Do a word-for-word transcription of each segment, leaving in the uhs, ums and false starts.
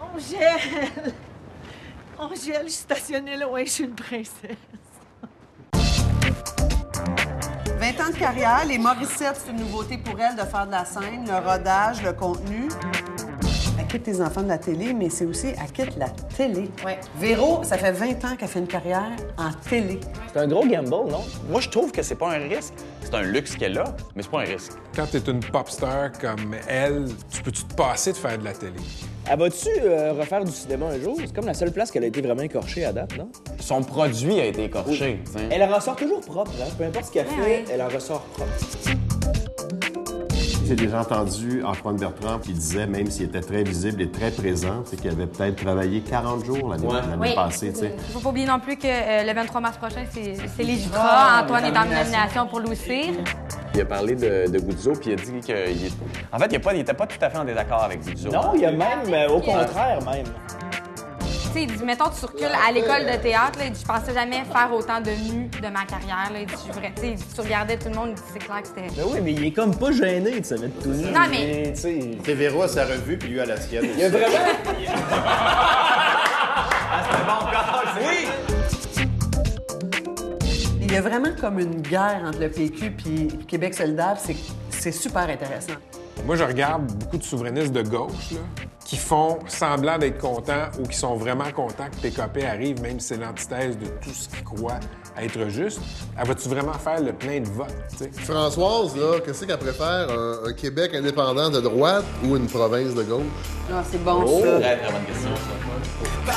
Angèle! Angèle, je suis stationnée là, ouais, je suis une princesse. vingt ans de carrière, les Morissettes, c'est une nouveauté pour elle de faire de la scène, le rodage, le contenu. Elle quitte les enfants de la télé, mais c'est aussi, elle quitte la télé. Ouais. Véro, ça fait vingt ans qu'elle fait une carrière en télé. C'est un gros gamble, non? Moi, je trouve que c'est pas un risque. C'est un luxe qu'elle a, mais c'est pas un risque. Quand t'es une pop star comme elle, tu peux-tu te passer de faire de la télé? Elle va-tu euh, refaire du cinéma un jour? C'est comme la seule place qu'elle a été vraiment écorchée à date, non? Son produit a été écorché. Oui. Elle en ressort toujours propre, hein? Peu importe ce qu'elle fait, ouais. elle en ressort propre. J'ai déjà entendu Antoine Bertrand qui disait, même s'il était très visible et très présent, c'est qu'il avait peut-être travaillé quarante jours l'année Ouais. oui. passée. Il ne faut pas oublier non plus que euh, le vingt-trois mars prochain, c'est les Jutras. Antoine est en nomination pour Louis Cyr. Il a parlé de, de Guzzo, puis il a dit qu'il est... En fait, il n'était pas tout à fait en désaccord avec Guzzo. Non, il y a même, euh, au contraire, même. Tu sais, il dit, mettons, tu recules à l'école de théâtre, là, il dit, je pensais jamais faire autant de nus de ma carrière. Là. Il dit, je suis vrai, tu sais, tu regardais tout le monde, c'est clair que c'était... Ben oui, mais il est comme pas gêné de se mettre tout nu. Non, mais... tu sais... C'est Véro à sa revue, puis lui à la sienne. Il y a vraiment... Ah, c'était bon, encore, oui! Il y a vraiment comme une guerre entre le P Q et Québec solidaire. C'est super intéressant. Moi, je regarde beaucoup de souverainistes de gauche là, qui font semblant d'être contents ou qui sont vraiment contents que P K P arrive, même si c'est l'antithèse de tout ce qu'ils croient être juste. Elle va-tu vraiment faire le plein de votes? T'sais? Françoise, là, qu'est-ce qu'elle préfère? Un, un Québec indépendant de droite ou une province de gauche? Ah, c'est bon, Oh, ça. très, très bonne question, ça.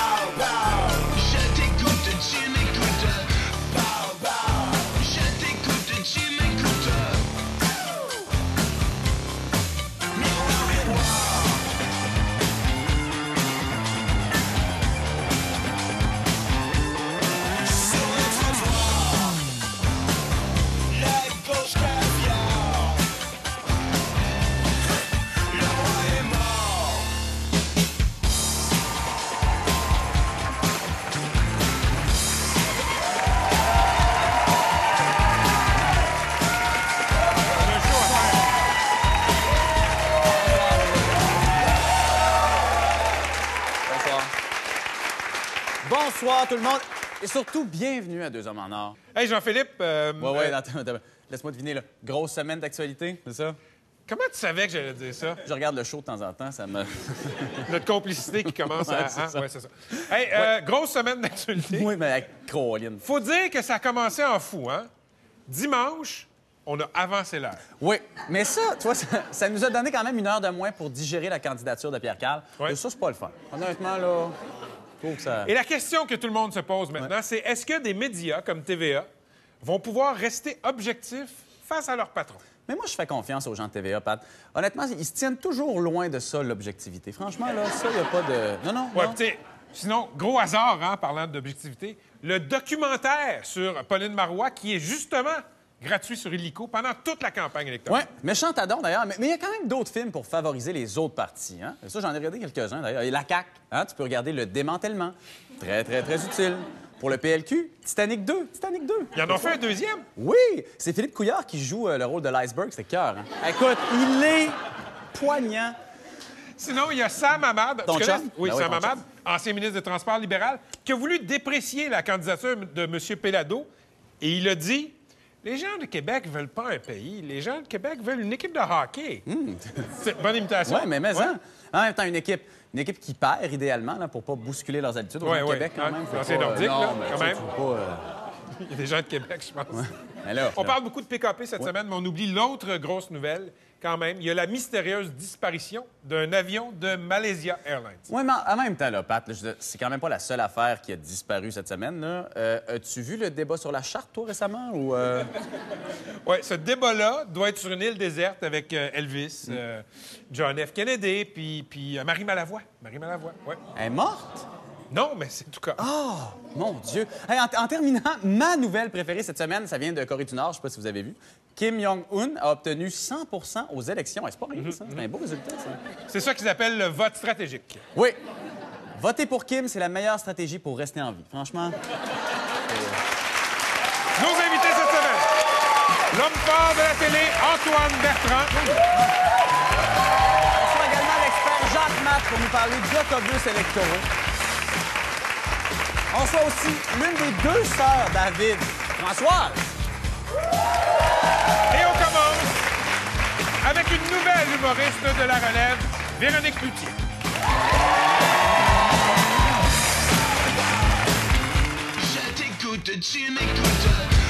Bonsoir tout le monde et surtout bienvenue à Deux Hommes en Or. Hey Jean-Philippe. Euh, ouais, ouais, euh, attends, attends, laisse-moi deviner, là. Grosse semaine d'actualité, c'est ça? Comment tu savais que j'allais dire ça? Je regarde le show de temps en temps, ça me... Notre complicité qui commence Ouais, à... c'est hein? ça. Ouais, c'est ça. Hey, euh, grosse semaine d'actualité. Oui, mais avec Caroline. Faut dire que ça a commencé en fou, hein? Dimanche, on a avancé l'heure. Oui, mais ça, tu vois, ça, ça nous a donné quand même une heure de moins pour digérer la candidature de Pierre Carl. Ouais. Et ça, c'est pas le fun. Honnêtement, là, je trouve que ça... Et la question que tout le monde se pose maintenant, c'est est-ce que des médias comme T V A vont pouvoir rester objectifs face à leur patron? Mais moi, je fais confiance aux gens de T V A, Pat. Honnêtement, ils se tiennent toujours loin de ça, l'objectivité. Franchement, là, ça, il n'y a pas de... Non, non, Ouais, non. tu sais, sinon, gros hasard, hein, parlant d'objectivité, le documentaire sur Pauline Marois, qui est justement gratuit sur Illico pendant toute la campagne électorale. Oui, méchant tadon, d'ailleurs. Mais il y a quand même d'autres films pour favoriser les autres partis. Hein? Et ça, j'en ai regardé quelques-uns, d'ailleurs. Et la C A Q, hein? Tu peux regarder Le Démantèlement. Très, très, très utile. Pour le P L Q, Titanic deux. Titanic deux. Ils en ont fait un deuxième? Oui! C'est Philippe Couillard qui joue euh, le rôle de l'iceberg. C'est cœur, hein? Écoute, il est poignant. Sinon, il y a Sam Hamad. Ton Tu connais? chum? Oui, Ben oui, Sam ton Hamad, chum. ancien ministre des Transports libéral, qui a voulu déprécier la candidature de M. Pellado. Et il a dit les gens de Québec veulent pas un pays. Les gens de Québec veulent une équipe de hockey. Mm. C'est bonne imitation. Oui, mais mais Ouais. hein? En même temps, une équipe, une équipe qui perd, idéalement, là, pour pas bousculer leurs habitudes. Au Ouais, gens de ouais. Québec, quand Ouais. même. faut Non, c'est pas, euh, nordique, non, là, mais quand tu sais, même. faut pas, euh, Il y a des gens de Québec, je pense. mais là, On là. parle beaucoup de P K P cette semaine, mais on oublie l'autre grosse nouvelle, quand même. Il y a la mystérieuse disparition d'un avion de Malaysia Airlines. Oui, mais en même temps, là, Pat, là, je veux dire, c'est quand même pas la seule affaire qui a disparu cette semaine. Là. Euh, as-tu vu le débat sur la charte, toi, récemment? Ou, euh... Oui, ce débat-là doit être sur une île déserte avec euh, Elvis, euh, John F. Kennedy, puis, puis euh, Marie Malavoie. Marie Malavoie, oui. Elle est morte? Non, mais c'est tout cas. Oh, mon Dieu! Hey, en, en terminant, ma nouvelle préférée cette semaine, ça vient de Corée du Nord, je sais pas si vous avez vu. Kim Jong-un a obtenu cent pour cent aux élections. Hey, c'est pas rien, ça. C'est un beau résultat, ça. C'est ça qu'ils appellent le vote stratégique. Oui. Voter pour Kim, c'est la meilleure stratégie pour rester en vie. Franchement. Nos invités cette semaine, l'homme fort de la télé, Antoine Bertrand. On reçoit également l'expert Jacques Matt pour nous parler d'autobus électoraux. On reçoit aussi l'une des deux sœurs David, Françoise. Et on commence avec une nouvelle humoriste de la relève, Véronique Cloutier. Je t'écoute, tu m'écoutes.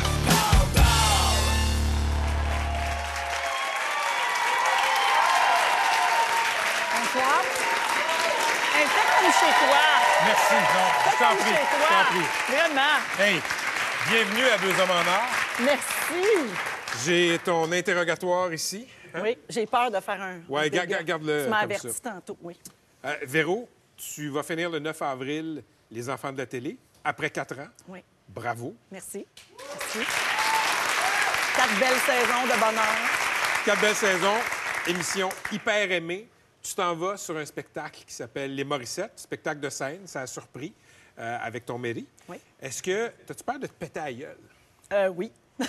Bonsoir. Hey, fais comme chez toi. Merci, Jean. Je Fais t'en comme prie, chez je toi. t'en prie. Vraiment. Hey, bienvenue à Deux hommes en or. Merci. J'ai ton interrogatoire ici. Hein? Oui, j'ai peur de faire un. Ouais, un ga- dégât. ga- garde-le Tu m'as comme averti ça. tantôt, oui. Euh, Véro, tu vas finir le neuf avril Les enfants de la télé, après quatre ans. Oui. Bravo. Merci. Merci. Quatre belles saisons de bonheur. Quatre belles saisons, émission hyper aimée. Tu t'en vas sur un spectacle qui s'appelle Les Morissettes, spectacle de scène, ça a surpris, euh, avec ton mairie. Oui. Est-ce que... T'as-tu peur de te péter à la gueule? Euh, oui.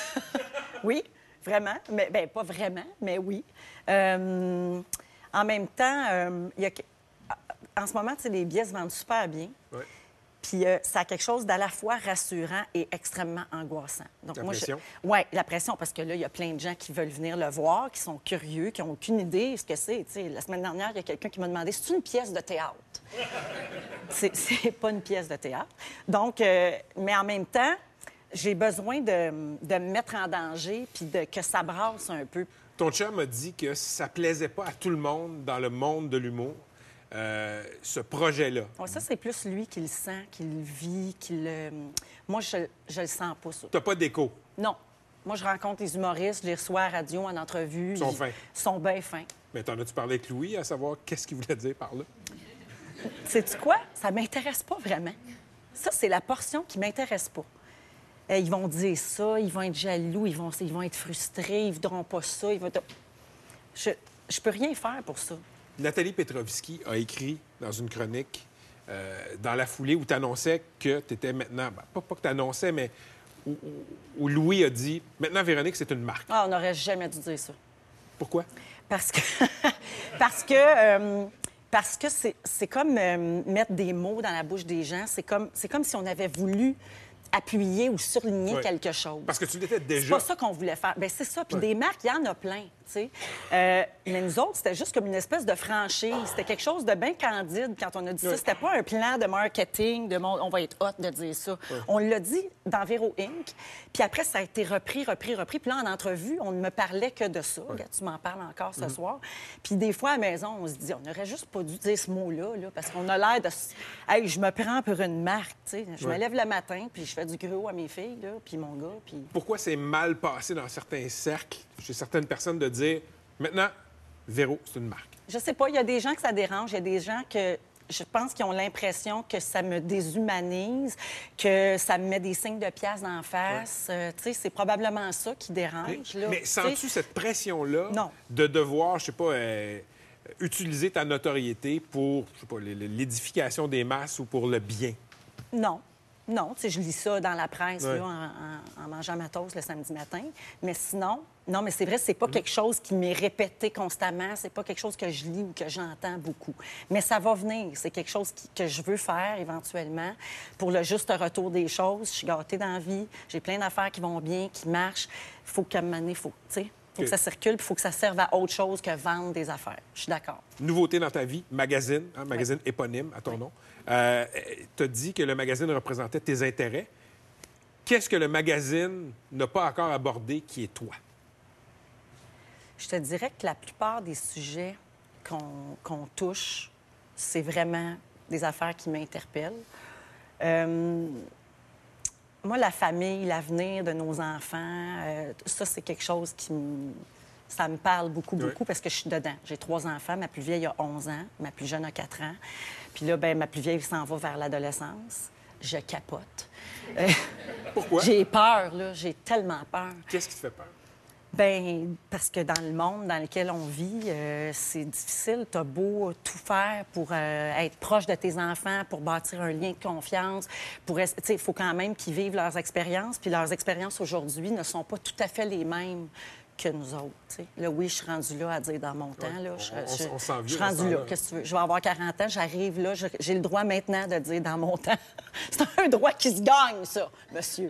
Oui, vraiment. Mais, ben, pas vraiment, mais oui. Euh, en même temps, euh, il y a... en ce moment, tu sais, les billets se vendent super bien. Oui. Puis euh, ça a quelque chose d'à la fois rassurant et extrêmement angoissant. Donc, La moi, pression? Je... Oui, la pression, parce que là, il y a plein de gens qui veulent venir le voir, qui sont curieux, qui n'ont aucune idée de ce que c'est. Tu sais, la semaine dernière, il y a quelqu'un qui m'a demandé, c'est une pièce de théâtre? c'est, c'est pas une pièce de théâtre. Donc, euh, mais en même temps, j'ai besoin de, de me mettre en danger puis de, que ça brasse un peu. Ton chum m'a dit que ça plaisait pas à tout le monde dans le monde de l'humour, euh, ce projet-là. Ouais, ça, c'est plus lui qui le sent, qui le vit, qui le... Moi, je, je le sens pas, ça. T'as pas d'écho. Non. Moi, je rencontre les humoristes, je les reçois à radio, en entrevue. Ils sont Ils fins. sont bien fins. Mais t'en as-tu parlé avec Louis à savoir qu'est-ce qu'il voulait dire par là? Sais-tu quoi? Ça m'intéresse pas vraiment. Ça, c'est la portion qui m'intéresse pas. Euh, ils vont dire ça, ils vont être jaloux, ils vont, ils vont être frustrés, ils voudront pas ça. Ils vont être... Je, je peux rien faire pour ça. Nathalie Petrovski a écrit dans une chronique euh, dans la foulée où tu annonçais que tu étais maintenant... ben, pas, pas que tu annonçais, mais où, où- où Louis a dit « Maintenant, Véronique, c'est une marque. Ah, on n'aurait jamais dû dire ça. » Pourquoi? Parce que... parce que... euh, Parce que c'est c'est comme euh, mettre des mots dans la bouche des gens. C'est comme, c'est comme si on avait voulu appuyer ou surligner Oui. quelque chose. Parce que tu l'étais C'est déjà. pas ça qu'on voulait faire. Bien, c'est ça. Puis Ouais. des marques, il y en a plein, tu sais. Euh, mais nous autres, c'était juste comme une espèce de franchise. C'était quelque chose de bien candide quand on a dit Ouais. ça. C'était pas un plan de marketing, de mon- on va être hot de dire ça. On l'a dit dans Véro Incorporated. Puis après, ça a été repris, repris, repris. Puis là, en entrevue, on ne me parlait que de ça. Regarde, tu m'en parles encore ce Mm-hmm. soir. Puis des fois, à la maison, on se dit, on n'aurait juste pas dû dire ce mot-là, là, parce qu'on a l'air de... s- Hey, je me prends pour une marque, tu sais. Je Ouais. me lève le matin, puis je fais du gros à mes filles, là, puis mon gars, puis... Pourquoi c'est mal passé dans certains cercles, chez certaines personnes, de dire « Maintenant, Véro, c'est une marque. Je sais pas, il y a des gens que ça dérange, il y a des gens que je pense qu'ils ont l'impression que ça me déshumanise, que ça me met des signes de pièces d'en face. Euh, tu sais, c'est probablement ça qui dérange. Mais, là. mais Tu sais, sens-tu cette pression-là Non. de devoir, je sais pas, euh, utiliser ta notoriété pour, je sais pas, l- l- l'édification des masses ou pour le bien? Non. Non, tu sais, je lis ça dans la presse Ouais. là, en, en- en mangeant ma toast le samedi matin. Mais sinon, non, mais c'est vrai, c'est Mm-hmm. pas quelque chose qui m'est répété constamment. C'est pas quelque chose que je lis ou que j'entends beaucoup. Mais ça va venir. C'est quelque chose qui- que je veux faire éventuellement pour le juste retour des choses. Je suis gâtée dans la vie. J'ai plein d'affaires qui vont bien, qui marchent. Il faut qu'à un moment donné, faut, tu sais, faut OK. que ça circule, puis il faut que ça serve à autre chose que vendre des affaires. Je suis d'accord. Nouveauté dans ta vie, magazine, hein, magazine éponyme à ton nom. Euh, tu as dit que le magazine représentait tes intérêts. Qu'est-ce que le magazine n'a pas encore abordé qui est toi? Je te dirais que la plupart des sujets qu'on qu'on touche, c'est vraiment des affaires qui m'interpellent. Euh, moi, la famille, l'avenir de nos enfants, euh, ça, c'est quelque chose qui me... Ça me parle beaucoup, Oui. beaucoup, parce que je suis dedans. J'ai trois enfants. Ma plus vieille a onze ans. Ma plus jeune a quatre ans. Puis là, ben, ma plus vieille s'en va vers l'adolescence. Je capote. Euh, Pourquoi? J'ai peur, là. J'ai tellement peur. Qu'est-ce qui te fait peur? Ben parce que dans le monde dans lequel on vit, euh, c'est difficile. T'as beau tout faire pour euh, être proche de tes enfants, pour bâtir un lien de confiance. Pour, tu sais, il faut quand même qu'ils vivent leurs expériences. Puis leurs expériences aujourd'hui ne sont pas tout à fait les mêmes que nous autres. T'sais. Là, oui, je suis rendue là à dire dans mon temps. Là, je, on, je, on, on s'en je suis vient, rendue là. Qu'est-ce que tu veux? Je vais avoir quarante ans, j'arrive là, je- j'ai le droit maintenant de dire dans mon temps. C'est un droit qui se gagne, ça, monsieur.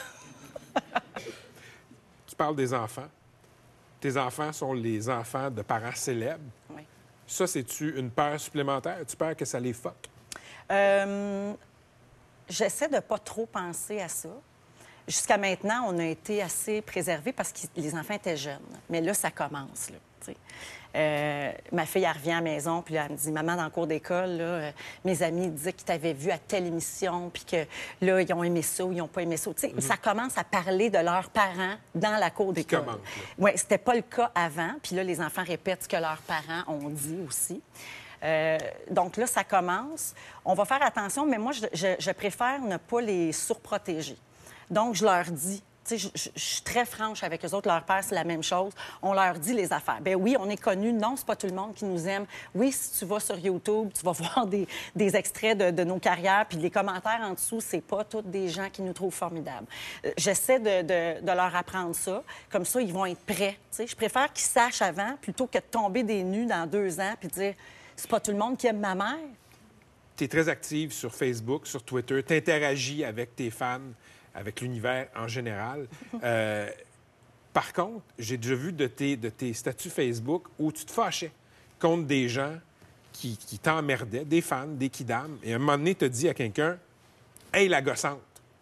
Tu parles des enfants. Tes enfants sont les enfants de parents célèbres. Oui. Ça, c'est-tu une peur supplémentaire? Tu peur que ça les fuck? Euh, J'essaie de pas trop penser à ça. Jusqu'à maintenant, on a été assez préservés parce que les enfants étaient jeunes. Mais là, ça commence, là, tu sais. Euh, ma fille, elle revient à la maison, puis là, elle me dit, « Maman, dans le cours d'école, là, euh, mes amis disaient qu'ils t'avaient vu à telle émission, puis que là, ils ont aimé ça ou ils n'ont pas aimé ça. » Tu sais, Mhm. ça commence à parler de leurs parents dans la cour d'école. commence, Oui, c'était pas le cas avant. Puis là, les enfants répètent ce que leurs parents ont dit aussi. Euh, donc là, ça commence. On va faire attention, mais moi, je, je- je préfère ne pas les surprotéger. Donc, je leur dis, tu sais, je, je- je suis très franche avec eux autres. Leur père, c'est la même chose. On leur dit les affaires. Ben oui, on est connus. Non, c'est pas tout le monde qui nous aime. Oui, si tu vas sur YouTube, tu vas voir des, des extraits de, de nos carrières, puis les commentaires en dessous, c'est pas tous des gens qui nous trouvent formidables. Euh, J'essaie de, de- de leur apprendre ça. Comme ça, ils vont être prêts. Tu sais, je préfère qu'ils sachent avant plutôt que de tomber des nues dans deux ans puis de dire, c'est pas tout le monde qui aime ma mère. Tu es très active sur Facebook, sur Twitter. Tu interagis avec tes fans, avec l'univers en général. Euh, par contre, j'ai déjà vu de tes, de tes statuts Facebook où tu te fâchais contre des gens qui, qui t'emmerdaient, des fans, des kidams. Et à un moment donné, tu as dit à quelqu'un, « Hey, la gossante!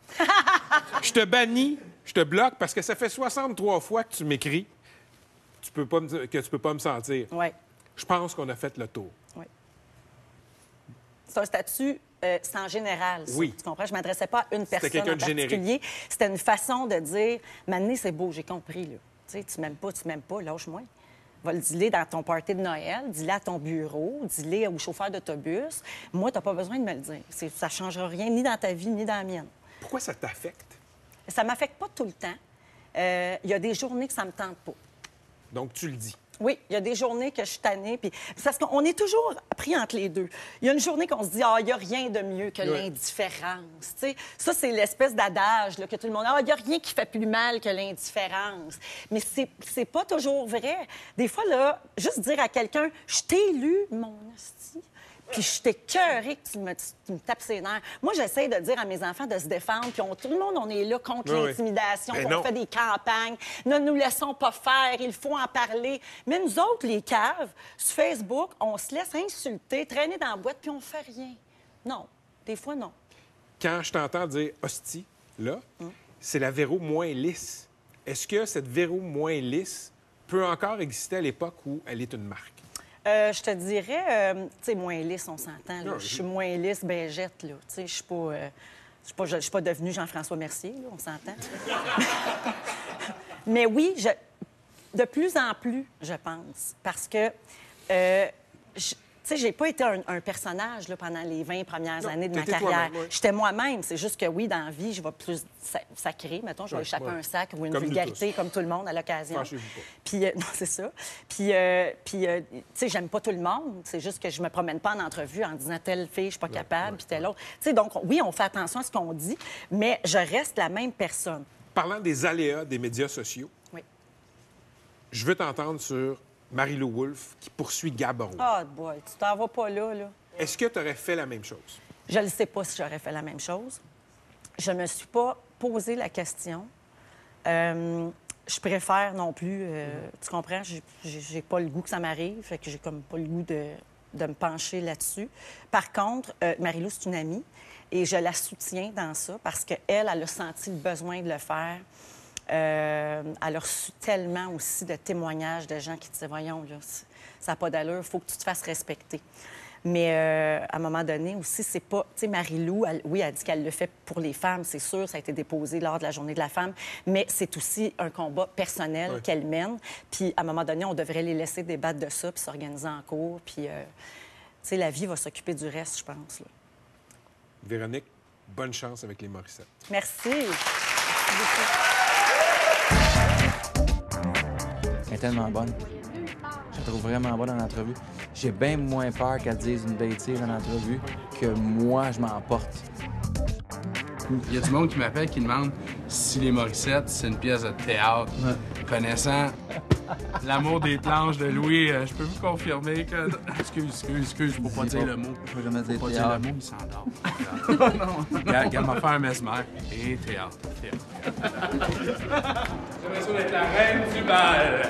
Je te bannis, je te bloque parce que ça fait soixante-trois fois que tu m'écris tu peux pas me- que tu peux pas me sentir. » Oui. Je pense qu'on a fait le tour. Oui. C'est un statut, euh, c'est en général. Ça. Oui. Tu comprends? Je ne m'adressais pas à une personne quelqu'un en de générique. particulier. C'était une façon de dire, Mané, c'est beau, j'ai compris. Là. Tu sais, tu m'aimes pas, tu m'aimes pas, lâche-moi. Va le dire dans ton party de Noël, dis-le à ton bureau, dis-le au chauffeur d'autobus. Moi, tu n'as pas besoin de me le dire. C'est- Ça ne changera rien ni dans ta vie, ni dans la mienne. Pourquoi ça t'affecte? Ça ne m'affecte pas tout le temps. Euh, Il y a des journées que ça ne me tente pas. Donc, tu le dis. Oui, il y a des journées que je suis tannée. Puis... c'est parce qu'on est toujours pris entre les deux. Il y a une journée qu'on se dit, ah, il n'y a rien de mieux que Ouais. l'indifférence. Tu sais, ça, c'est l'espèce d'adage là, que tout le monde a. Ah, il n'y a rien qui fait plus mal que l'indifférence. Mais c'est, c'est pas toujours vrai. Des fois, là, juste dire à quelqu'un, je t'ai lu, mon hostie. Puis je t'ai cœuré que tu me, tu me tapes ses nerfs. Moi, j'essaie de dire à mes enfants de se défendre. Puis on- tout le monde, on est là contre Oui, oui. l'intimidation. Ben puis on non. fait des campagnes. Ne nous laissons pas faire. Il faut en parler. Mais nous autres, les caves, sur Facebook, on se laisse insulter, traîner dans la boîte, puis on fait rien. Non. Des fois, non. Quand je t'entends dire hostie, là, c'est la Véro moins lisse. Est-ce que cette Véro moins lisse peut encore exister à l'époque où elle est une marque? Euh, je te dirais, euh, tu sais, moins lisse, on s'entend. là. Non, Je je- suis moins lisse, ben jette, là. Tu sais, je suis pas... euh, je suis pas, je je suis pas devenue Jean-François Mercier, là, on s'entend. Mais oui, je- de plus en plus, je pense, parce que, euh, je- tu sais, j'ai pas été un, un personnage là, pendant les vingt premières Non, années de ma t'étais carrière. toi-même, oui. J'étais moi-même. C'est juste que oui, dans la vie, je vais plus sa- sacrer. Mettons, je vais Ouais, échapper ouais. un sac ou une Comme nous vulgarité, tous. comme tout le monde, à l'occasion. Fâchez-vous pas. Puis, euh, non, c'est ça. Puis, euh, puis euh, tu sais, j'aime pas tout le monde. C'est juste que je me promène pas en entrevue en disant telle fille, je suis pas capable, puis telle autre. Tu sais, donc, oui, on fait attention à ce qu'on dit, mais je reste la même personne. Parlant des aléas des médias sociaux, Oui. je veux t'entendre sur Marie-Lou Wolfe qui poursuit Gab Roux. Ah, boy, tu t'en vas pas là, là. Est-ce que tu aurais fait la même chose? Je ne sais pas si j'aurais fait la même chose. Je ne me suis pas posé la question. Euh, je préfère non plus, euh, tu comprends, j'ai- j'ai j'ai pas le goût que ça m'arrive, fait que j'ai comme pas le goût de, de me pencher là-dessus. Par contre, euh, Marie-Lou, c'est une amie et je la soutiens dans ça parce qu'elle, elle a senti le besoin de le faire. Euh, elle a reçu tellement aussi de témoignages de gens qui disaient, voyons, là, c'est- ça n'a pas d'allure, il faut que tu te fasses respecter. Mais euh, à un moment donné aussi, c'est pas... Tu sais, Marie-Lou, elle- oui, elle dit qu'elle le fait pour les femmes, c'est sûr, ça a été déposé lors de la Journée de la femme, mais c'est aussi un combat personnel Oui. qu'elle mène. Puis à un moment donné, on devrait les laisser débattre de ça, puis s'organiser en cours, puis... euh, tu sais, la vie va s'occuper du reste, je pense. Là. Véronique, bonne chance avec les Morissette. Merci. Merci beaucoup. Elle est tellement bonne. Je la trouve vraiment bonne en entrevue. J'ai bien moins peur qu'elle dise une bêtise en entrevue que moi, je m'emporte. Il y a du monde qui m'appelle qui demande si les Morissette, c'est une pièce de théâtre. Connaissant l'amour des planches de Louis, euh, je peux vous confirmer que... Excuse, excuse, excuse, pour pas dire le mot. Je peux jamais dire Pour pas dire théâtre. le mot, il s'endort. non. Regarde, regarde, m'a fait un mesmer. Et théâtre, théâtre. J'ai l'impression d'être la reine du bal.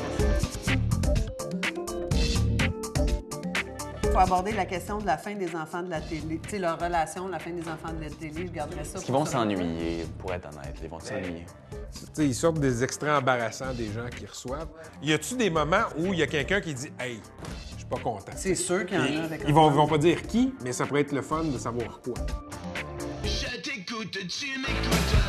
Il faut aborder la question de la fin des enfants de la télé. Tu sais, leur relation, la fin des enfants de la télé, je garderais ça. Est-ce qu'ils vont s'ennuyer, pour être honnête? Ils vont s'ennuyer. Tu sais, ils sortent des extraits embarrassants des gens qui reçoivent. Y a-tu des moments où il y a quelqu'un qui dit « Hey, je suis pas content ». C'est sûr qu'il y en a avec Ils vont, vont pas dire qui, mais ça pourrait être le fun de savoir quoi. Je t'écoute, tu m'écoutes.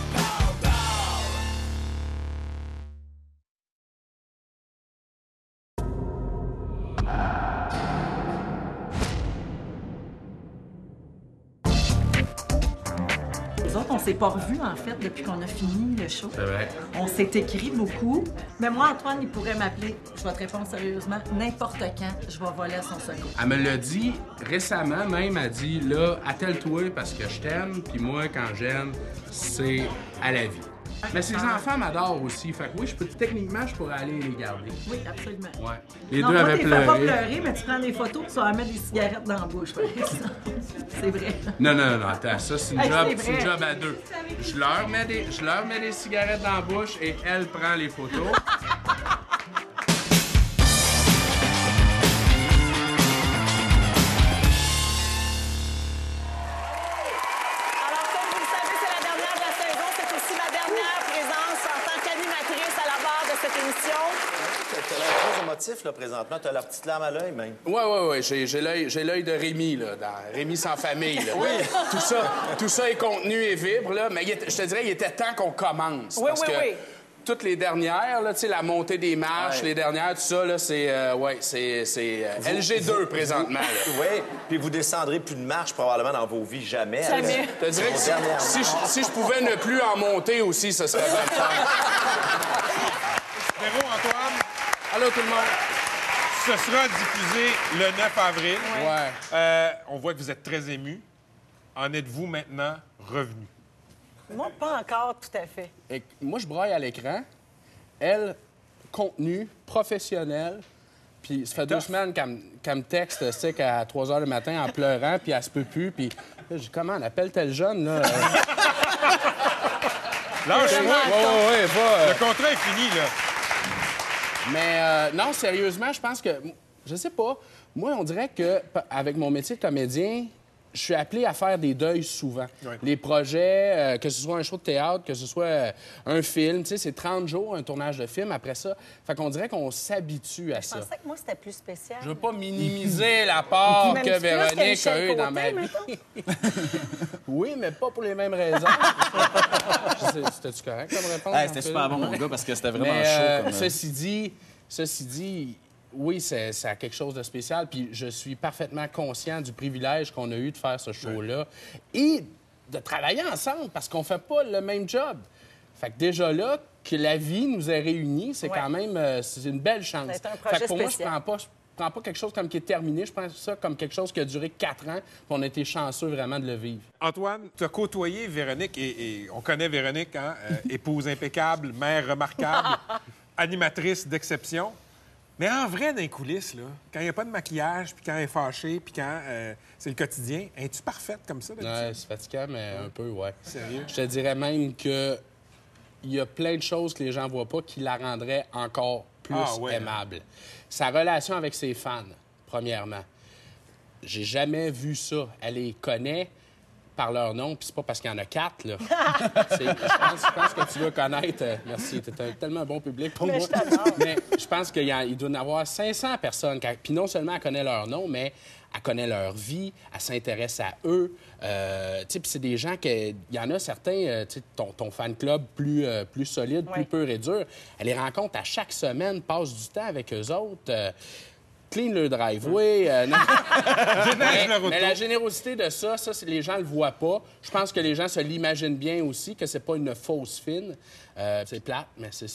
Les autres, on s'est pas revus, en fait, depuis qu'on a fini le show. C'est vrai. On s'est écrit beaucoup. Mais moi, Antoine, il pourrait m'appeler, je vais te répondre sérieusement, n'importe quand, je vais voler à son secours. Elle me l'a dit récemment, même, elle dit, là, attelle-toi parce que je t'aime, puis moi, quand j'aime, c'est à la vie. Mais ses enfants m'adorent aussi, fait que oui, je peux, techniquement, je pourrais aller les garder. Oui, absolument. Ouais. Les non, deux toi, avaient t'es pleuré. fait pas pleurer, mais tu prends des photos, tu vas mettre des cigarettes dans la bouche, par exemple. C'est vrai. Non, non, non, non, attends, ça, c'est une, Hey, job, c'est c'est une vrai. job à deux. Je leur, mets des, je leur mets des cigarettes dans la bouche et elle prend les photos. Alors, comme vous le savez, c'est la dernière de la saison. C'est aussi ma dernière présence en tant qu'animatrice à la barre de cette émission. Tu as l'air très émotif, là, présentement. Tu as la petite larme à l'œil, même. Ouais, ouais, ouais, j'ai, j'ai l'œil, j'ai l'œil de Rémi, là, dans Rémi sans famille, là. Oui. Tout ça, tout ça est contenu et vibre, là, mais il est- je te dirais, il était temps qu'on commence. Oui, parce oui, que oui. toutes les dernières, là, tu sais, la montée des marches, Ouais. les dernières, tout ça, là, c'est, euh, ouais, c'est, c'est euh, L G deux présentement, là. Oui, puis vous descendrez plus de marche probablement dans vos vies jamais. Jamais. Je te dirais que si, si je, si je pouvais ne plus en monter aussi, ce serait bien le fun. Véro, Antoine, Allô, tout le monde. ce sera diffusé le neuf avril. Ouais. Euh, on voit que vous êtes très ému. En êtes-vous maintenant revenu? Moi, pas encore tout à fait. Et moi, je braille à l'écran. Elle, contenu, professionnel. Puis ça fait deux semaines qu'elle me- qu'elle me texte, tu sais, qu'à trois heures du matin en pleurant, puis elle se peut plus. Puis là, j'ai dit, comment, on appelle tel jeune, là? Lâche-moi! Ouais, ouais, ouais, pas, euh, Le contrat est fini, là. Mais euh, non, sérieusement, je pense que... Je sais pas. Moi, on dirait que p- avec mon métier de comédien, je suis appelé à faire des deuils souvent. Ouais. Les projets, euh, que ce soit un show de théâtre, que ce soit euh, un film, tu sais, c'est trente jours, un tournage de film. Après ça, fait qu'on dirait qu'on s'habitue à Je ça. pensais que moi, c'était plus spécial. Je veux pas minimiser la part Même que plus que Véronique a Michel eue dans ma Côté, vie. Oui, mais pas pour les mêmes raisons. Je sais, C'était-tu correct comme réponse? Hey, c'était super bon, mon gars, parce que c'était vraiment Mais, chaud. euh, Comme, euh, ceci dit, ceci dit, oui, c'est, ça a quelque chose de spécial. Puis je suis parfaitement conscient du privilège qu'on a eu de faire ce show-là et de travailler ensemble parce qu'on fait pas le même job. Fait que déjà là, que la vie nous ait réunis, c'est Ouais. quand même euh, c'est une belle chance. Ça a été un Fait projet que pour moi, je spécial. prends pas, je prends pas quelque chose comme qui est terminé. Je prends ça comme quelque chose qui a duré quatre ans. Puis on a été chanceux vraiment de le vivre. Antoine, tu as côtoyé Véronique, et, et on connaît Véronique, hein? euh, épouse impeccable, mère remarquable, animatrice d'exception. Mais en vrai, dans les coulisses, là, quand il n'y a pas de maquillage, puis quand elle est fâchée, puis quand euh, c'est le quotidien, es-tu parfaite comme ça, d'habitude? Ouais, c'est fatigant, mais un peu, ouais. Sérieux? Je te dirais même que il y a plein de choses que les gens voient pas qui la rendraient encore plus Ah, ouais. aimable. Sa relation avec ses fans, premièrement. J'ai jamais vu ça. Elle les connaît par leur nom, puis c'est pas parce qu'il y en a quatre, là. C'est- je, pense, je pense que tu dois connaître... euh, merci, t'es un, tellement un bon public pour Mais moi. je t'adore. Mais je pense qu'il y a- il doit y en avoir cinq cents personnes. qui- Puis non seulement elle connaît leur nom, mais elle connaît leur vie, elle s'intéresse à eux. Euh, tu sais, puis c'est des gens que... Il y en a certains, euh, tu sais, ton, ton fan club plus, euh, plus solide, plus Oui. pur et dur, elle les rencontre à chaque semaine, passe du temps avec eux autres. euh, clean le driveway. euh, non. mais, le retour. mais la générosité de ça, ça, c'est- les gens le voient pas. Je pense que les gens se l'imaginent bien aussi, que c'est pas une fausse fine. Euh, c'est plate, mais c'est ça.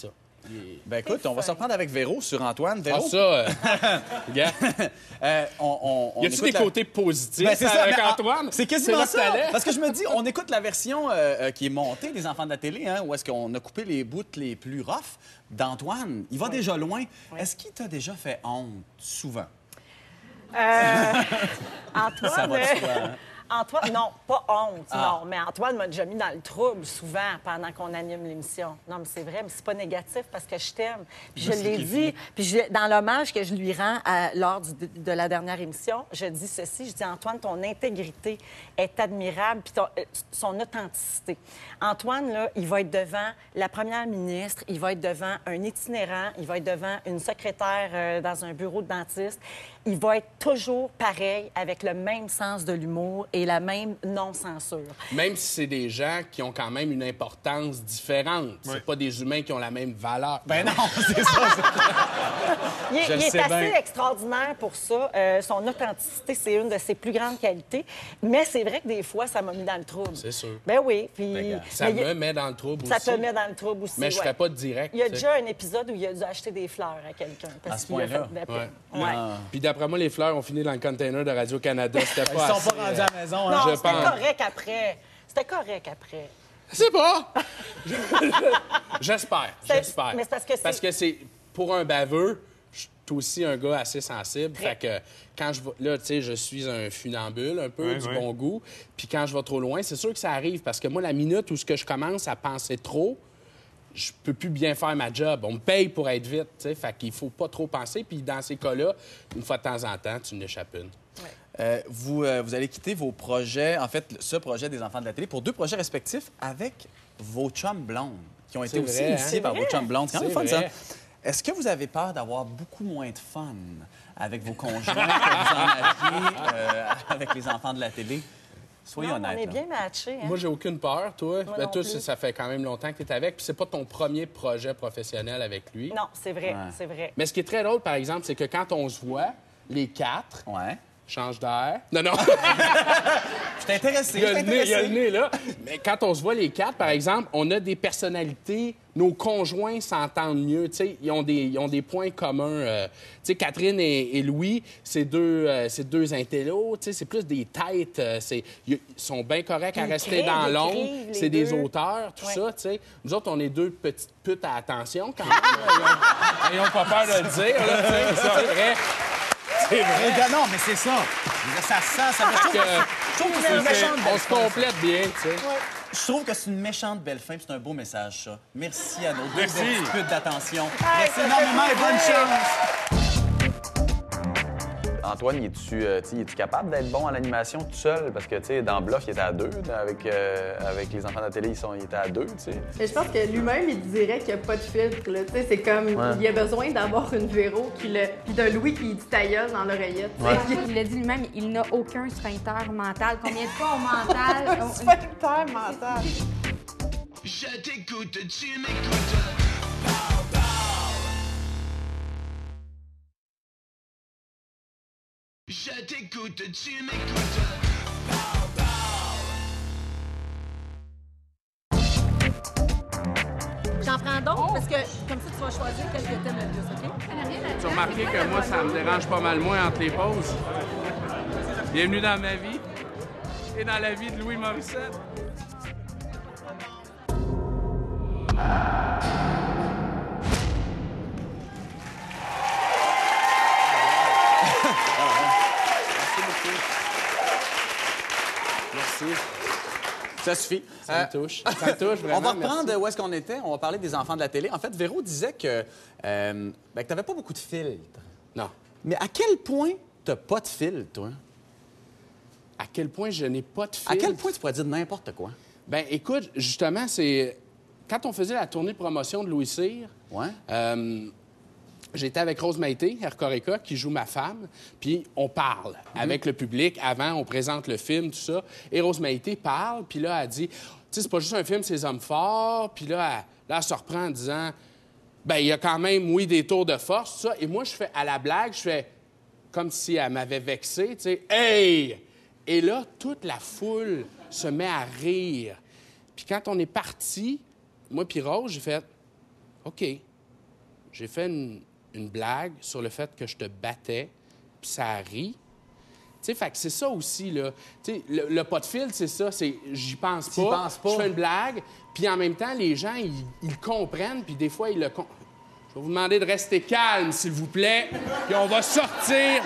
Ben écoute, on va se reprendre avec Véro sur Antoine. Véro? Ah, ça, euh, regarde. Euh, on, on, on Y a-tu écoute des la- côtés positifs Ben, c'est ça, avec mais, Antoine? C'est quasiment là que ça. t'allais? Parce que je me dis, on écoute la version euh, euh, qui est montée des Enfants de la télé, hein, où est-ce qu'on a coupé les bouts les plus roughs d'Antoine. Il va déjà loin. Est-ce qu'il t'a déjà fait honte, souvent? Euh, Antoine, Ça va de euh, soi, hein? Antoine, non, pas honte, Ah. non. Mais Antoine m'a déjà mis dans le trouble souvent pendant qu'on anime l'émission. Non, mais c'est vrai, mais c'est pas négatif parce que je t'aime. Puis je Me l'ai sacrifier. dit, puis je- dans l'hommage que je lui rends à- lors du- de la dernière émission, je dis ceci, je dis Antoine, ton intégrité est admirable, puis ton- euh, son authenticité. Antoine, là, il va être devant la première ministre, il va être devant un itinérant, il va être devant une secrétaire euh, dans un bureau de dentiste. Il va être toujours pareil, avec le même sens de l'humour et la même non-censure. Même si c'est des gens qui ont quand même une importance différente. C'est pas des humains qui ont la même valeur. Ben non, c'est ça. Il est, Je le il est sais assez bien. extraordinaire pour ça. Euh, son authenticité, c'est une de ses plus grandes qualités. Mais c'est vrai que des fois, ça m'a mis dans le trouble. C'est sûr. Ben oui. Puis, Ben, gars, ça mais il- me met dans le trouble Ça aussi. te met dans le trouble aussi. Mais je ouais. ferais pas de direct. Il y a tu sais. déjà un épisode où il a dû acheter des fleurs à quelqu'un. parce À ce qu'il a point-là? fait de la Ouais. peine. Ouais. Puis d'après moi, les fleurs ont fini dans le container de Radio-Canada. C'était Ils pas sont assez, pas rendus à la maison, hein? Non, je c'était pense. correct après. C'était correct après. C'est pas. J'espère. C'est- J'espère. mais c'est parce que c'est- Parce que c'est pour un baveux, je suis aussi un gars assez sensible. Très. Fait que quand je vais là, tu sais, je suis un funambule un peu Ouais, du ouais. bon goût. Puis quand je vais trop loin, c'est sûr que ça arrive parce que moi, la minute où ce que je commence à penser trop, je peux plus bien faire ma job. On me paye pour être vite, tu sais. Fait qu'il faut pas trop penser. Puis dans ces cas-là, une fois de temps en temps, tu n'échappes une. Euh, vous, euh, vous allez quitter vos projets, en fait, ce projet des Enfants de la télé, pour deux projets respectifs avec vos chums blondes, qui ont été C'est aussi vrai, hein? initiés par vos chums blondes. C'est quand même C'est fun, vrai. ça. Est-ce que vous avez peur d'avoir beaucoup moins de fun avec vos conjoints que vous en aviez euh, avec les enfants de la télé? Soyez Non, honnête. on est là. bien matchés. Hein? Moi, j'ai aucune peur, toi. Moi Ben, non toi, plus. ça ça fait quand même longtemps que tu es avec. Puis c'est pas ton premier projet professionnel avec lui. Non, c'est vrai, Ouais. c'est vrai. Mais ce qui est très drôle, par exemple, c'est que quand on se voit, les quatre, Ouais. change d'air. Non, non. Je t'ai intéressé. Il y a je le t'ai nez, il y a le intéressé. nez, là. Mais quand on se voit les quatre, par exemple, on a des personnalités. Nos conjoints s'entendent mieux. Tu sais, ils ont des, ils ont des points communs. euh, tu sais, Catherine et, et Louis, c'est deux, euh, c'est deux intellos. Tu sais, c'est plus des têtes. euh, c'est, ils sont bien corrects à Ils rester écrivent, dans ils l'ombre. écrivent, les C'est des deux. auteurs, tout Ouais. ça. Tu sais. Nous autres, on est deux petites putes à attention, quand même. là. Ils ont- Ils n'ont pas peur de le dire, là, tu sais. C'est vrai. C'est vrai. Eh bien, non, mais c'est ça. Je veux dire, Ça sent, ça me Parce que- Je trouve que c'est une C'est- méchante on belle se fin, ça. complète bien, tu sais. Je trouve que c'est une méchante belle fin, puis c'est un beau message, ça. Merci à nos deux Merci. petites putes d'attention. Hey, Merci ça énormément fait et bonne plaisir. chance. Antoine, es-tu euh, es-tu capable d'être bon à l'animation tout seul? Parce que, tu sais, dans Bluff, il était à deux. Avec, euh, avec les enfants de la télé, ils sont, il était à deux, tu sais. Mais je pense que lui-même, il dirait qu'il n'y a pas de filtre. Là. Tu sais, c'est comme, Ouais. il a besoin d'avoir une Véro qui le... puis d'un Louis qui dit ta gueule dans l'oreillette. tu sais. Il l'a dit lui-même, il n'a aucun sphincter mental. Combien de fois au mental? on- Sphincter mental. Je t'écoute, tu m'écoutes. Je t'écoute, tu m'écoutes. J'en prends d'autres parce que comme ça, tu vas choisir quel que t'aimes le plus, OK? Tu as remarqué que moi, ça me dérange pas mal moins entre les pauses. Bienvenue dans ma vie et dans la vie de Louis Morissette. Merci. Ça suffit. Ça me Euh, touche. Ça me touche, vraiment. On va reprendre merci. où est-ce qu'on était. On va parler des enfants de la télé. En fait, Véro disait que, euh, ben, que tu n'avais pas beaucoup de filtres. Non. Mais à quel point tu pas de filtre, toi? À quel point je n'ai pas de filtre. À quel point tu pourrais dire n'importe quoi? Ben, écoute, justement, c'est... Quand on faisait la tournée de promotion de Louis Cyr, Ouais. euh, j'étais avec Rose Maïté, Ercorica, qui joue ma femme, puis on parle avec le public. Avant, on présente le film, tout ça. Et Rose Maïté parle, puis là, elle dit... Tu sais, c'est pas juste un film, c'est les hommes forts. Puis là, elle, là, elle se reprend en disant... Ben, il y a quand même, oui, des tours de force, tout ça. Et moi, je fais, à la blague, je fais comme si elle m'avait vexé, tu sais. « Hey! » Et là, toute la foule se met à rire. Puis quand on est parti, moi puis Rose, j'ai fait « OK. » j'ai fait une, une blague sur le fait que je te battais, puis ça rit. Tu sais, fait que c'est ça aussi, là. Tu sais, le, le pas de fil, c'est ça, c'est j'y pense T'y pas, penses pas. je fais une blague, puis en même temps, les gens, ils, ils comprennent, puis des fois, ils le... Com- je vais vous demander de rester calme, s'il vous plaît, puis on va sortir.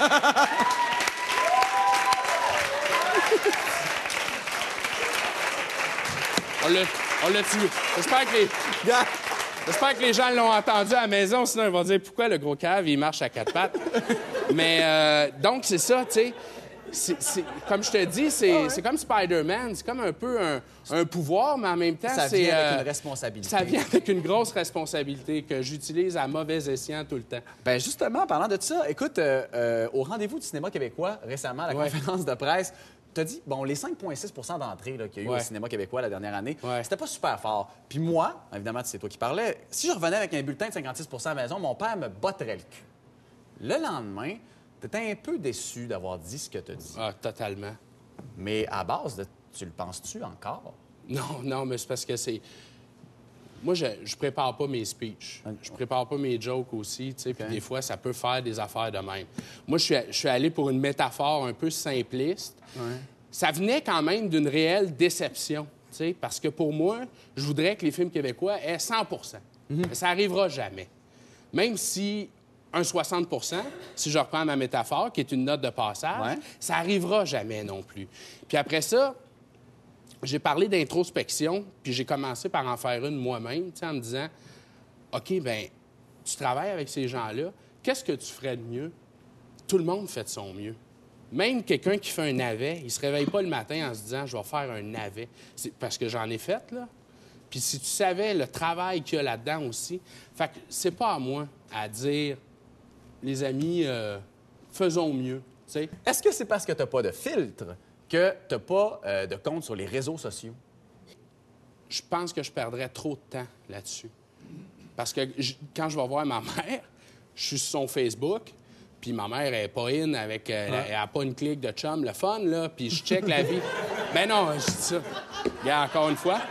on l'a, on l'a tué. J'espère que les... J'espère que les gens l'ont entendu à la maison, sinon ils vont dire pourquoi le gros cave, il marche à quatre pattes. Mais euh, donc, c'est ça, tu sais. C'est, c'est, comme je te dis, c'est, Ah ouais. c'est comme Spider-Man. C'est comme un peu un, un pouvoir, mais en même temps, Ça c'est... vient avec euh, une responsabilité. Ça vient avec une grosse responsabilité que j'utilise à mauvais escient tout le temps. Ben justement, parlant de ça, écoute, euh, euh, au rendez-vous du cinéma québécois, récemment, à la Ouais. conférence de presse, tu as dit, bon, les cinq virgule six d'entrée là, qu'il y a eu Ouais. au cinéma québécois la dernière année, c'était pas super fort. Puis moi, évidemment, c'est toi qui parlais, si je revenais avec un bulletin de cinquante-six à la maison, mon père me botterait le cul. Le lendemain, tu étais un peu déçu d'avoir dit ce que tu as dit. Ah, totalement. Mais à base, de, tu le penses-tu encore? Non, non, mais c'est parce que c'est... Moi, je, je prépare pas mes speeches. Je prépare pas mes jokes aussi, tu sais, puis des fois, ça peut faire des affaires de même. Moi, je suis, je suis allé pour une métaphore un peu simpliste. Ouais. Ça venait quand même d'une réelle déception, tu sais, parce que pour moi, je voudrais que les films québécois aient cent pour cent. Mais ça n'arrivera jamais. Même si un soixante pour cent, si je reprends ma métaphore, qui est une note de passage, Ouais. ça n'arrivera jamais non plus. Puis après ça, j'ai parlé d'introspection, puis j'ai commencé par en faire une moi-même, tu sais, en me disant, OK, bien, tu travailles avec ces gens-là, qu'est-ce que tu ferais de mieux? Tout le monde fait de son mieux. Même quelqu'un qui fait un navet, il se réveille pas le matin en se disant, je vais faire un navet. C'est parce que j'en ai fait, là. Puis si tu savais le travail qu'il y a là-dedans aussi, fait que c'est pas à moi à dire, les amis, euh, faisons mieux, tu sais. Est-ce que c'est parce que tu n'as pas de filtre que tu n'as pas euh, de compte sur les réseaux sociaux? Je pense que je perdrais trop de temps là-dessus. Parce que je- quand je vais voir ma mère, je suis sur son Facebook, puis ma mère elle est pas in avec... euh, Ouais. Elle n'a pas une clique de chum, le fun, là, puis je check la vie. Ben non, je dis ça. Regarde, encore une fois.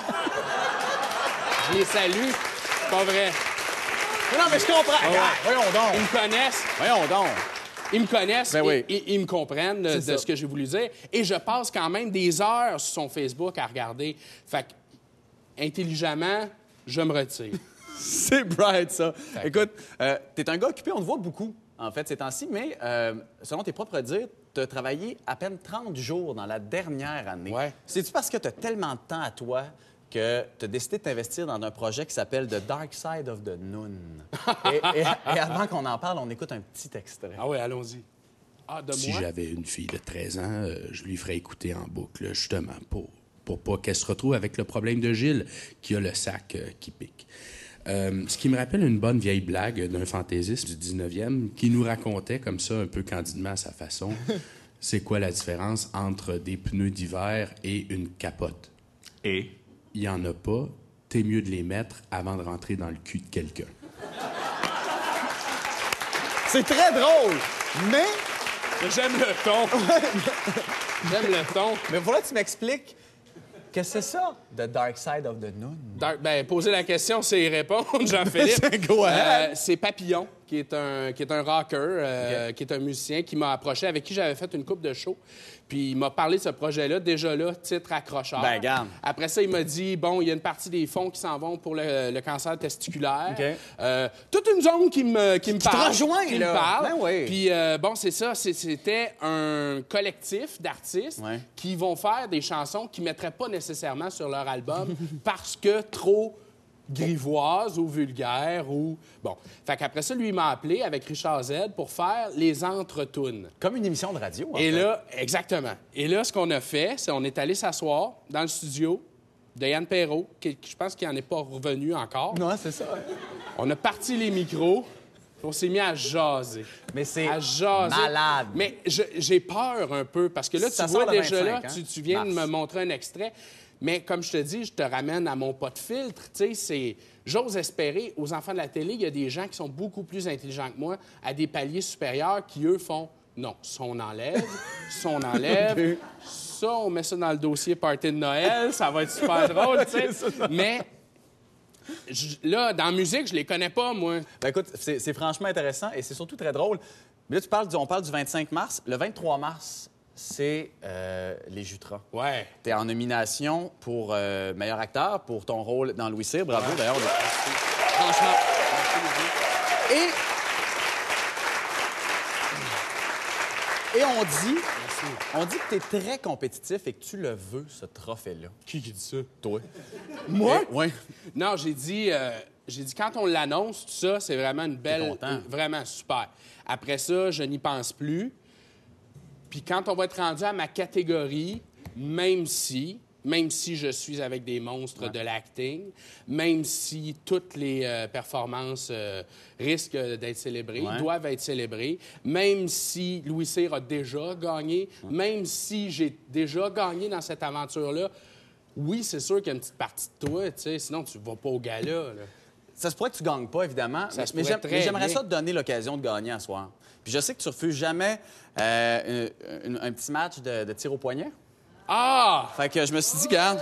Je les salue. C'est pas vrai. Mais non, mais je comprends. Ah ouais. Regarde, voyons donc. Ils me connaissent. Voyons donc. Ils me connaissent Ben et, oui. et- ils me comprennent de, C'est de ça. ce que j'ai voulu dire. Et je passe quand même des heures sur son Facebook à regarder. Fait que, intelligemment, je me retire. C'est bright, ça. Écoute, euh, t'es un gars occupé, on te voit beaucoup, en fait, ces temps-ci, mais euh, selon tes propres dires, tu as travaillé à peine trente jours dans la dernière année. Ouais. C'est-tu parce que tu as tellement de temps à toi que tu as décidé de t'investir dans un projet qui s'appelle The Dark Side of the Noon? et, et- et avant qu'on en parle, on écoute un petit extrait. Ah oui, allons-y. Ah, de Si moi? j'avais une fille de treize ans, euh, je lui ferais écouter en boucle, justement, pour, pour pas qu'elle se retrouve avec le problème de Gilles, qui a le sac euh, qui pique. Euh, ce qui me rappelle une bonne vieille blague d'un fantaisiste du dix-neuvième qui nous racontait comme ça, un peu candidement à sa façon, c'est quoi la différence entre des pneus d'hiver et une capote. Et? Il y en a pas, t'es mieux de les mettre avant de rentrer dans le cul de quelqu'un. C'est très drôle, mais... J'aime le ton. J'aime le ton. Mais voilà, tu m'expliques que c'est ça, The Dark Side of the Noon. Dark- ben, poser la question, c'est y répondre, Jean-Philippe. C'est go ahead. Euh, c'est Papillon, qui est un, qui est un rocker, euh, qui est un musicien, qui m'a approché, avec qui j'avais fait une coupe de show. Puis il m'a parlé de ce projet-là, déjà là, titre accrocheur. Ben, garde. Après ça, il m'a dit, bon, il y a une partie des fonds qui s'en vont pour le, le cancer testiculaire. OK. Euh, toute une zone qui me, qui me Qui te parle. rejoint, qui là. me parle. Ben oui. Puis euh, bon, c'est ça, c'est- c'était un collectif d'artistes Ouais. qui vont faire des chansons qu'ils ne mettraient pas nécessairement sur leur album parce que trop grivoises ou vulgaires ou... Bon. Fait qu'après ça, lui, il m'a appelé avec Richard Z pour faire les entre-tounes. Comme une émission de radio, en Et fait. là, exactement. Et là, ce qu'on a fait, c'est on est allé s'asseoir dans le studio de Yann Perrault, qui, qui je pense qu'il n'en est pas revenu encore. Non, c'est ça. On a parti les micros, puis on s'est mis à jaser. Mais c'est À jaser. malade. Mais je- j'ai peur un peu, parce que là, Ça tu vois sort le déjà là, vingt-cinq, hein? tu, tu viens de Mars. me montrer un extrait. Mais comme je te dis, je te ramène à mon pas de filtre. Tu sais, c'est... J'ose espérer, aux enfants de la télé, il y a des gens qui sont beaucoup plus intelligents que moi, à des paliers supérieurs, qui, eux, font non, ça, on enlève, ça, on enlève, ça, on met ça dans le dossier party de Noël, ça va être super drôle, tu sais. Mais je- là, dans la musique, je les connais pas, moi. Ben écoute, c'est c'est franchement intéressant et c'est surtout très drôle. Mais là, tu parles du, on parle du vingt-cinq mars. Le vingt-trois mars, c'est euh, les Jutras. Ouais. Tu es en nomination pour euh, meilleur acteur pour ton rôle dans Louis Cyr. Bravo, Ouais. d'ailleurs. Franchement. Et... Et on dit, on dit que tu es très compétitif et que tu le veux, ce trophée-là. Qui qui dit ça? Toi. Moi? Oui. Non, j'ai dit, euh, j'ai dit quand on l'annonce, tout ça, c'est vraiment une belle, content? euh, vraiment super. Après ça, je n'y pense plus. Puis quand on va être rendu à ma catégorie, même si, même si je suis avec des monstres de l'acting, même si toutes les euh, performances euh, risquent d'être célébrées, Ouais. doivent être célébrées, même si Louis Cyr a déjà gagné, même si j'ai déjà gagné dans cette aventure-là, oui, c'est sûr qu'il y a une petite partie de toi, tu sais, sinon tu vas pas au gala. Là. Ça se pourrait que tu gagnes pas, évidemment, Ça mais, se mais pourrait j'aime- très mais j'aimerais bien. ça te donner l'occasion de gagner à soir. Puis je sais que tu refuses jamais euh, un, un- un petit match de, de tir au poignet. Ah! Fait que je me suis dit, garde.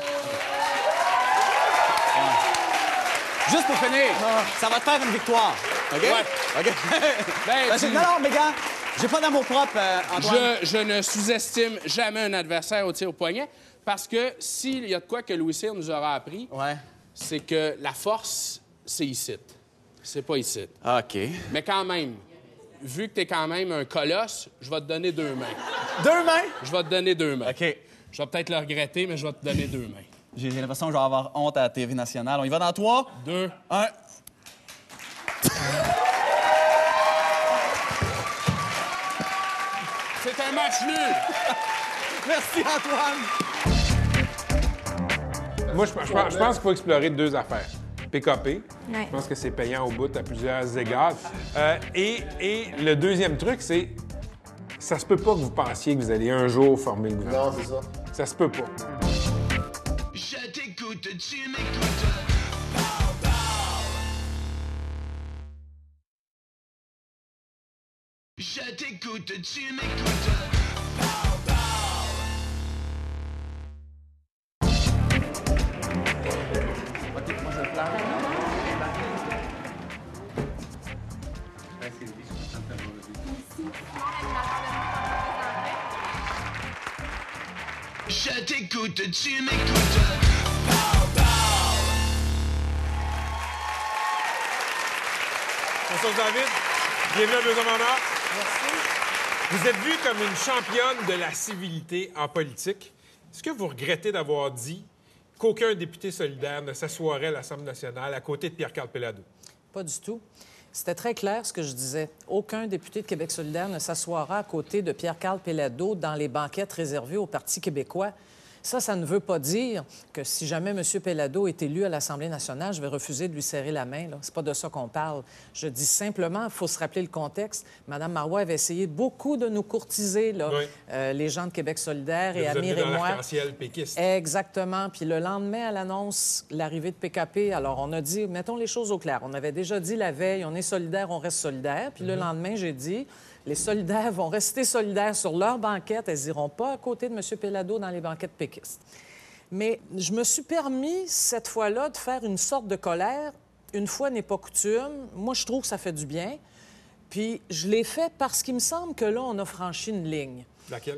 Juste pour finir, ça va te faire une victoire. OK? Ouais. OK? Ben, Parce que- tu- Non, non, mais gars, j'ai pas d'amour propre, euh, Antoine. Je, je ne sous-estime jamais un adversaire au tir au poignet parce que s'il y a de quoi que Louis Cyr nous aura appris, c'est que la force, c'est ici. C'est pas ici. OK. Mais quand même, vu que tu es quand même un colosse, je vais te donner deux mains. Deux mains? Je vais te donner deux mains. OK. Je vais peut-être le regretter, mais je vais te donner deux mains. J'ai j'ai l'impression que je vais avoir honte à la T V nationale. On y va dans trois? Deux. Un. C'est un match nul! Merci, Antoine! Moi, je, je pense je pense qu'il faut explorer deux affaires. P K P, Ouais. je pense que c'est payant au bout à plusieurs égards. Euh, et, et le deuxième truc, c'est ça se peut pas que vous pensiez que vous allez un jour former le gouvernement. Non, c'est ça. Ça se peut pas. Je t'écoute, tu m'écoutes. Je t'écoute, tu m'écoutes. Je t'écoute, tu m'écoutes. Bonsoir David, bienvenue à Deux Hommes en Or. Merci. Vous êtes vue comme une championne de la civilité en politique. Est-ce que vous regrettez d'avoir dit qu'aucun député solidaire ne s'assoirait à l'Assemblée nationale à côté de Pierre-Carl Péladeau? Pas du tout. C'était très clair ce que je disais. Aucun député de Québec solidaire ne s'assoira à côté de Pierre-Carl Péladeau dans les banquettes réservées au Parti québécois. Ça, ça ne veut pas dire que si jamais M. Péladeau est élu à l'Assemblée nationale, je vais refuser de lui serrer la main. C'est pas de ça qu'on parle. Je dis simplement, il faut se rappeler le contexte. Mme Marois avait essayé beaucoup de nous courtiser, là, Oui. euh, les gens de Québec solidaire et Vous êtes Amir mis et dans moi. l'arc-en-ciel péquiste. Exactement. Puis le lendemain, elle annonce l'arrivée de P K P. Alors, on a dit, mettons les choses au clair. On avait déjà dit la veille, on est solidaire, on reste solidaire. Puis le lendemain, j'ai dit, les solidaires vont rester solidaires sur leur banquette. Elles n'iront pas à côté de M. Péladeau dans les banquettes péquistes. Mais je me suis permis, cette fois-là, de faire une sorte de colère. Une fois n'est pas coutume. Moi, je trouve que ça fait du bien. Puis je l'ai fait parce qu'il me semble que là, on a franchi une ligne. Laquelle?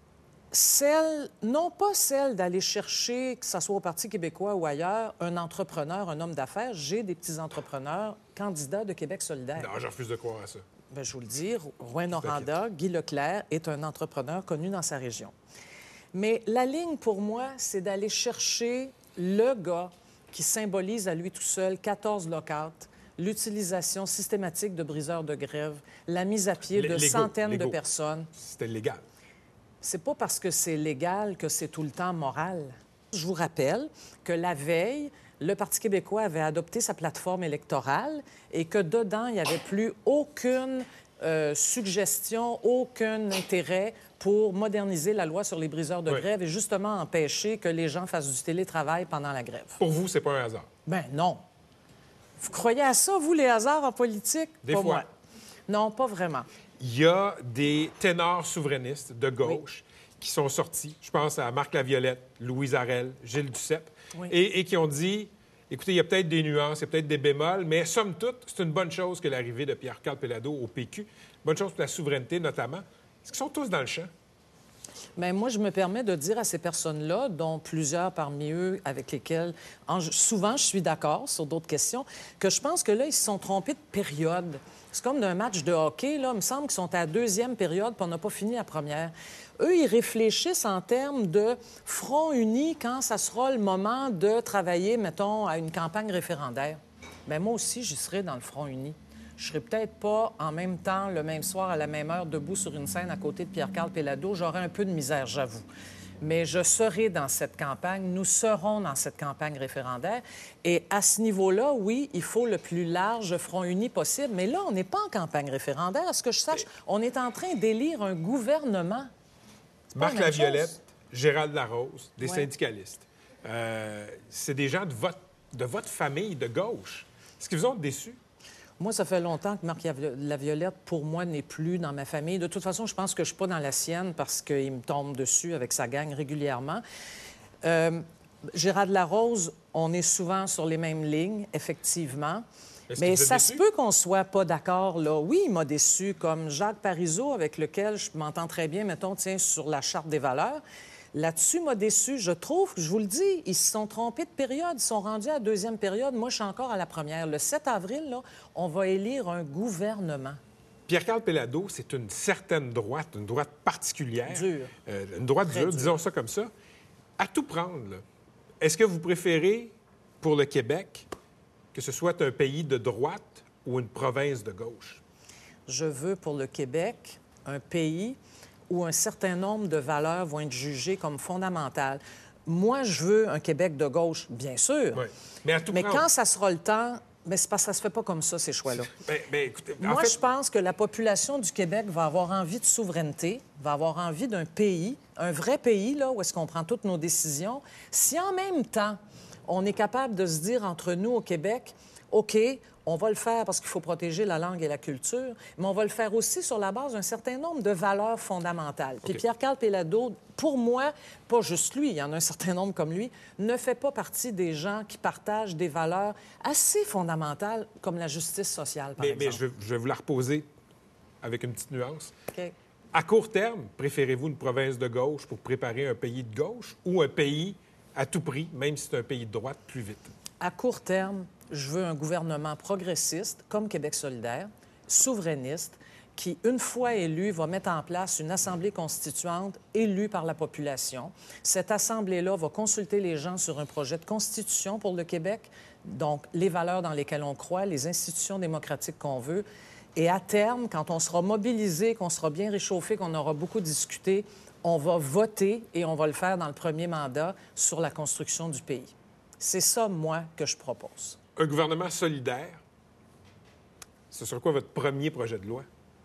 Celle, non pas celle d'aller chercher, que ce soit au Parti québécois ou ailleurs, un entrepreneur, un homme d'affaires. J'ai des petits entrepreneurs candidats de Québec solidaire. Non, je refuse de croire à ça. Bien, je vous le dis, Rouen Noranda, Guy Leclerc est un entrepreneur connu dans sa région. Mais la ligne, pour moi, c'est d'aller chercher le gars qui symbolise à lui tout seul quatorze lockouts, l'utilisation systématique de briseurs de grève, la mise à pied de Légaux, centaines légaux. de personnes. C'était légal. C'est pas parce que c'est légal que c'est tout le temps moral. Je vous rappelle que la veille, le Parti québécois avait adopté sa plateforme électorale et que dedans, il n'y avait plus aucune euh, suggestion, aucun intérêt pour moderniser la loi sur les briseurs de Oui. grève et justement empêcher que les gens fassent du télétravail pendant la grève. Pour vous, c'est pas un hasard. Ben non. Vous croyez à ça, vous, les hasards en politique? Des Pas fois. moi. Non, pas vraiment. Il y a des ténors souverainistes de gauche qui sont sortis. Je pense à Marc Laviolette, Louise Arel, Gilles Duceppe, Oui. et, et qui ont dit Écoutez, il y a peut-être des nuances, il y a peut-être des bémols, mais somme toute, c'est une bonne chose que l'arrivée de Pierre-Carl Péladeau au P Q. Bonne chose pour la souveraineté, notamment. Est-ce qu'ils sont tous dans le champ? Bien, moi, je me permets de dire à ces personnes-là, dont plusieurs parmi eux avec lesquels en, souvent je suis d'accord sur d'autres questions, que je pense que là, ils se sont trompés de période. C'est comme d'un match de hockey, là. Il me semble qu'ils sont à la deuxième période, puis on n'a pas fini la première. Eux, ils réfléchissent en termes de front uni quand ça sera le moment de travailler, mettons, à une campagne référendaire. Bien, moi aussi, j'y serai dans le front uni. Je serai peut-être pas en même temps, le même soir, à la même heure, debout sur une scène à côté de Pierre-Carl Péladeau. J'aurai un peu de misère, j'avoue. Mais je serai dans cette campagne, nous serons dans cette campagne référendaire. Et à ce niveau-là, oui, il faut le plus large front uni possible. Mais là, on n'est pas en campagne référendaire. À ce que je sache, on est en train d'élire un gouvernement. Marc Laviolette, Gérald Larose, des Ouais. syndicalistes. Euh, c'est des gens de votre, de votre famille de gauche. Est-ce qu'ils vous ont déçus? Moi, ça fait longtemps que Marc Laviolette, pour moi, n'est plus dans ma famille. De toute façon, je pense que je ne suis pas dans la sienne parce qu'il me tombe dessus avec sa gang régulièrement. Euh, Gérald Larose, on est souvent sur les mêmes lignes, effectivement. Est-ce Mais que vous êtes ça déçu? se peut qu'on soit pas d'accord, là. Oui, il m'a déçu, comme Jacques Parizeau, avec lequel je m'entends très bien, mettons, tiens, sur la Charte des valeurs. Là-dessus, m'a déçu. Je trouve, je vous le dis, ils se sont trompés de période. Ils sont rendus à la deuxième période. Moi, je suis encore à la première. Le sept avril, là, on va élire un gouvernement. Pierre-Carl Péladeau, c'est une certaine droite, une droite particulière. Dure. Euh, une droite Très dure, dure. disons ça comme ça. À tout prendre, là, est-ce que vous préférez, pour le Québec, que ce soit un pays de droite ou une province de gauche? Je veux pour le Québec un pays où un certain nombre de valeurs vont être jugées comme fondamentales. Moi, je veux un Québec de gauche, bien sûr. Oui. Mais à tout Mais prendre. quand ça sera le temps, bien, c'est parce que ça se fait pas comme ça, ces choix-là. Ben, ben, écoutez, en Moi, fait, je pense que la population du Québec va avoir envie de souveraineté, va avoir envie d'un pays, un vrai pays, là, où est-ce qu'on prend toutes nos décisions. Si en même temps, on est capable de se dire entre nous au Québec, OK, on va le faire parce qu'il faut protéger la langue et la culture, mais on va le faire aussi sur la base d'un certain nombre de valeurs fondamentales. Puis OK. Pierre-Carl Péladeau, pour moi, pas juste lui, il y en a un certain nombre comme lui, ne fait pas partie des gens qui partagent des valeurs assez fondamentales comme la justice sociale, par mais, mais exemple. je, vais, je vais vous la reposer avec une petite nuance. OK. À court terme, préférez-vous une province de gauche pour préparer un pays de gauche ou un pays à tout prix, même si c'est un pays de droite, plus vite? À court terme, je veux un gouvernement progressiste, comme Québec solidaire, souverainiste, qui, une fois élu, va mettre en place une assemblée constituante élue par la population. Cette assemblée-là va consulter les gens sur un projet de constitution pour le Québec, donc les valeurs dans lesquelles on croit, les institutions démocratiques qu'on veut. Et à terme, quand on sera mobilisé, qu'on sera bien réchauffé, qu'on aura beaucoup discuté, on va voter, et on va le faire dans le premier mandat, sur la construction du pays. C'est ça, moi, que je propose. Un gouvernement solidaire, ce sera quoi votre premier projet de loi?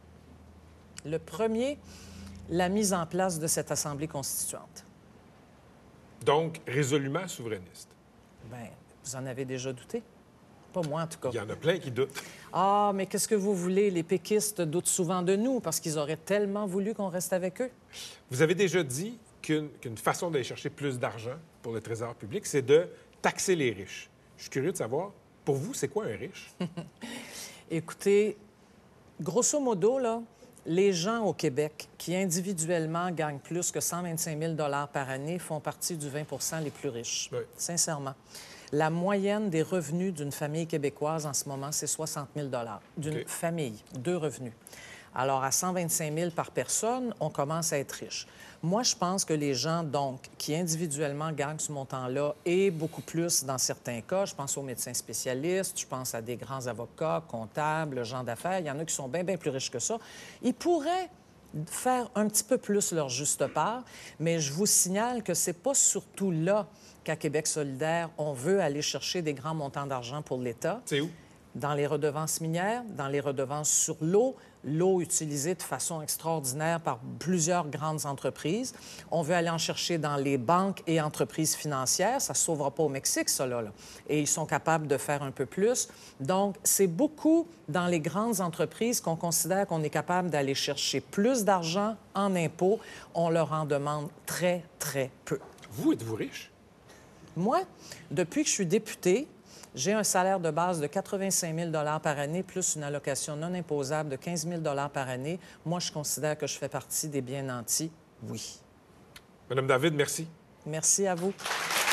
Le premier, la mise en place de cette Assemblée constituante. Donc, résolument souverainiste. Bien, vous en avez déjà douté? Pas moi, en tout cas. Il y en a plein qui doutent. Ah, mais qu'est-ce que vous voulez? Les péquistes doutent souvent de nous parce qu'ils auraient tellement voulu qu'on reste avec eux. Vous avez déjà dit qu'une qu'une façon d'aller chercher plus d'argent pour le Trésor public, c'est de taxer les riches. Je suis curieux de savoir, pour vous, c'est quoi un riche? Écoutez, grosso modo, là, les gens au Québec qui individuellement gagnent plus que cent vingt-cinq mille dollars par année font partie du vingt pour cent les plus riches, Oui. sincèrement. La moyenne des revenus d'une famille québécoise en ce moment, c'est soixante mille dollars. D'une OK. famille, deux revenus. Alors, à cent vingt-cinq mille par personne, on commence à être riche. Moi, je pense que les gens, donc, qui individuellement gagnent ce montant-là, et beaucoup plus dans certains cas, je pense aux médecins spécialistes, je pense à des grands avocats, comptables, gens d'affaires, il y en a qui sont bien, bien plus riches que ça, ils pourraient faire un petit peu plus leur juste part, mais je vous signale que c'est pas surtout là qu'à Québec solidaire, on veut aller chercher des grands montants d'argent pour l'État. C'est où? Dans les redevances minières, dans les redevances sur l'eau, l'eau utilisée de façon extraordinaire par plusieurs grandes entreprises. On veut aller en chercher dans les banques et entreprises financières. Ça ne se sauvera pas au Mexique, ça, là, là. Et ils sont capables de faire un peu plus. Donc, c'est beaucoup dans les grandes entreprises qu'on considère qu'on est capable d'aller chercher plus d'argent en impôts. On leur en demande très, très peu. Vous, êtes-vous riche? Moi, depuis que je suis députée, J'ai un salaire de base de quatre-vingt-cinq mille par année, plus une allocation non imposable de quinze mille par année. Moi, je considère que je fais partie des bien nantis. Oui. Madame David, merci. Merci à vous.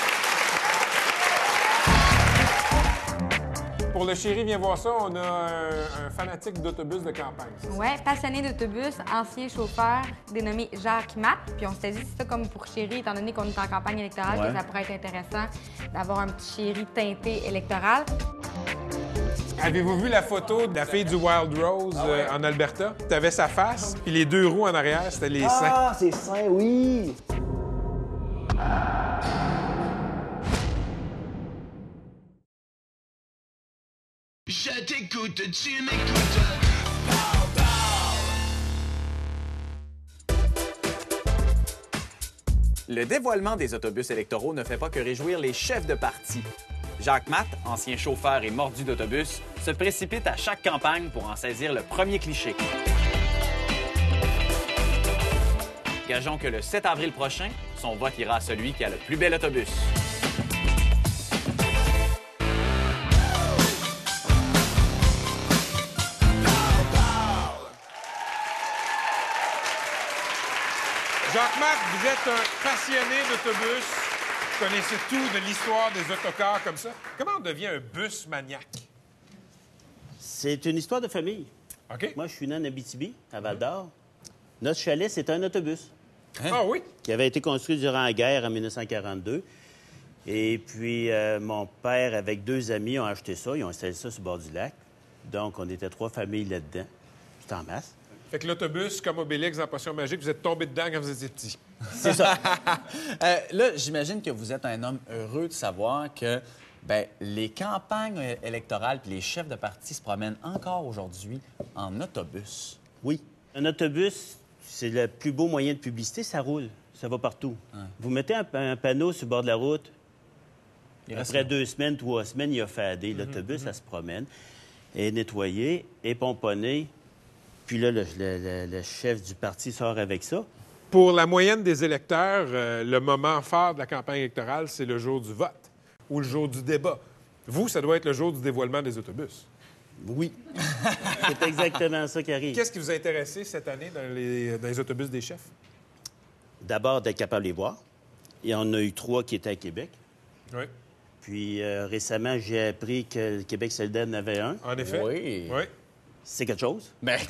Pour le Chéri, viens voir ça, on a un, un fanatique d'autobus de campagne. Oui, passionné d'autobus, ancien chauffeur, dénommé Jacques Matt. Puis on s'était dit, c'est ça comme pour Chéri, étant donné qu'on est en campagne électorale, Ouais. que ça pourrait être intéressant d'avoir un petit Chéri teinté électoral. Avez-vous vu la photo de la fille du Wild Rose euh, en Alberta? Tu avais sa face, puis les deux roues en arrière, c'était les seins. Ah, c'est sain, oui! Je t'écoute, tu m'écoutes. Le dévoilement des autobus électoraux ne fait pas que réjouir les chefs de parti. Jacques Matt, ancien chauffeur et mordu d'autobus, se précipite à chaque campagne pour en saisir le premier cliché. Gageons que le sept avril prochain, son vote ira à celui qui a le plus bel autobus. Jacques Matt, vous êtes un passionné d'autobus. Vous connaissez tout de l'histoire des autocars comme ça. Comment on devient un bus maniaque? C'est une histoire de famille. OK. Moi, je suis né en Abitibi, à Val-d'Or. Notre chalet, c'est un autobus. Ah oui? Qui avait été construit durant la guerre en mille neuf cent quarante-deux. Et puis, euh, mon père, avec deux amis, ont acheté ça. Ils ont installé ça sur le bord du lac. Donc, on était trois familles là-dedans. Tout en masse. Fait que l'autobus, comme Obélix dans Potion magique, vous êtes tombé dedans quand vous étiez petit. C'est ça. Euh, là, j'imagine que vous êtes un homme heureux de savoir que ben, les campagnes électorales puis les chefs de parti se promènent encore aujourd'hui en autobus. Oui. Un autobus, c'est le plus beau moyen de publicité. Ça roule. Ça va partout. Ouais. Vous mettez un, un panneau sur le bord de la route. Il reste Après là. deux semaines, trois semaines, il a fadé. L'autobus, ça se promène, est nettoyé, est pomponné. Puis là, le, le- le- le chef du parti sort avec ça. Pour la moyenne des électeurs, euh, le moment fort de la campagne électorale, c'est le jour du vote ou le jour du débat. Vous, ça doit être le jour du dévoilement des autobus. Oui. C'est exactement ça qui arrive. Qu'est-ce qui vous a intéressé cette année dans les, dans les autobus des chefs? D'abord, d'être capable de les voir. Et on a eu trois qui étaient à Québec. Oui. Puis euh, récemment, j'ai appris que le Québec solidaire en avait un. En effet. Oui. Oui. C'est quelque chose. Ben,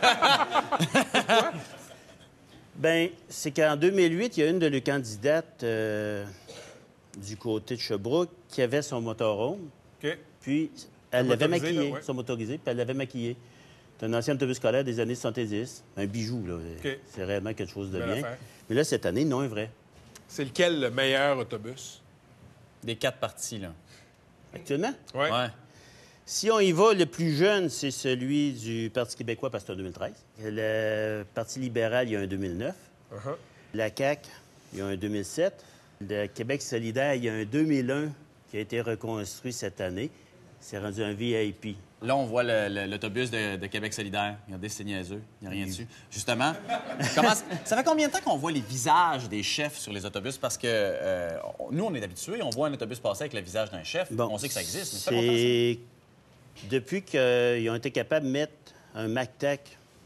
Bien, c'est qu'en deux mille huit, il y a une de nos candidates euh, du côté de Sherbrooke qui avait son motorhome. OK. Puis, elle Son l'avait motorisé, maquillé, là, ouais. son motorisé, puis elle l'avait maquillé. C'est un ancien autobus scolaire des années soixante-dix. Un bijou, là. OK. C'est réellement quelque chose de Belle bien. affaire. Mais là, cette année, non, un vrai. C'est lequel le meilleur autobus? des quatre partis, là. Actuellement? Oui. Ouais. Si on y va, le plus jeune, c'est celui du Parti québécois, parce que c'est en deux mille treize. Le Parti libéral, il y a un deux mille neuf. Uh-huh. La C A Q, il y a un deux mille sept. Le Québec solidaire, il y a un deux mille un qui a été reconstruit cette année. C'est rendu un V I P. Là, on voit le- le- l'autobus de, de Québec solidaire. Regardez, c'est niaiseux. Il n'y a rien dessus. Justement, comment- ça fait combien de temps qu'on voit les visages des chefs sur les autobus? Parce que euh, on- nous, on est habitués. On voit un autobus passer avec le visage d'un chef. Bon, on sait que ça existe, mais ça fait longtemps, ça. C'est depuis qu'ils ont été capables de mettre un MacTac,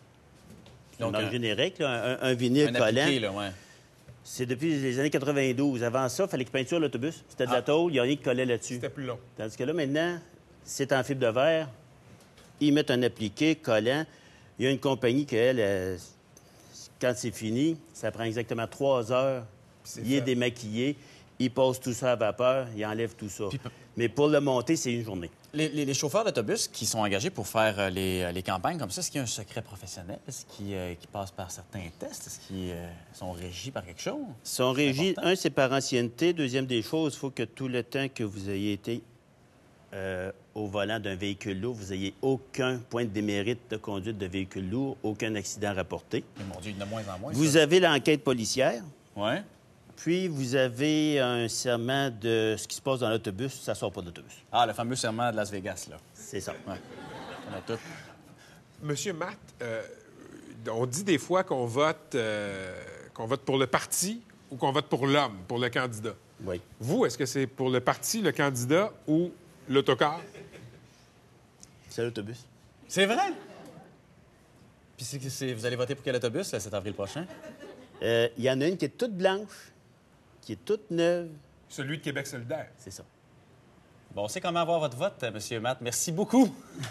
Donc, dans le un- générique, là, un, un vinyle Un collant. appliqué, là, ouais. C'est depuis les années quatre-vingt-douze. Avant ça, il fallait qu'ils peinturent l'autobus. C'était de la Ah. tôle, il n'y a rien qui collait là-dessus. C'était plus long. Tandis que là, maintenant, c'est en fibre de verre. Ils mettent un appliqué collant. Il y a une compagnie qui, elle, euh, quand c'est fini, ça prend exactement trois heures. c'est Il est fait. démaquillé. Il passe tout ça à vapeur. Il enlève tout ça. Mais pour le monter, c'est une journée. Les, les- les chauffeurs d'autobus qui sont engagés pour faire euh, les, euh, les campagnes comme ça, est-ce qu'il y a un secret professionnel? Est-ce qu'ils euh, qu'ils passent par certains tests? Est-ce qu'ils euh, sont régis par quelque chose? Ils sont régis, un, c'est par ancienneté. Deuxième des choses, il faut que tout le temps que vous ayez été euh, au volant d'un véhicule lourd, vous n'ayez aucun point de démérite de conduite de véhicule lourd, aucun accident rapporté. Mais mon Dieu, il y en a de moins en moins. Vous ça. avez l'enquête policière. Ouais. Puis, vous avez un serment de ce qui se passe dans l'autobus. Ça sort pas d'autobus. Ah, le fameux serment de Las Vegas, là. C'est ça. Ouais. On a tout. Monsieur Matt, euh, on dit des fois qu'on vote, euh, qu'on vote pour le parti ou qu'on vote pour l'homme, pour le candidat. Oui. Vous, est-ce que c'est pour le parti, le candidat ou L'autocar. C'est l'autobus. C'est vrai? Puis c'est, c'est- vous allez voter pour quel autobus, le sept avril prochain? Il euh, y en a une qui est toute blanche, qui est toute neuve. Celui de Québec solidaire. C'est ça. Bon, on sait comment avoir votre vote, M. Matt. Merci beaucoup.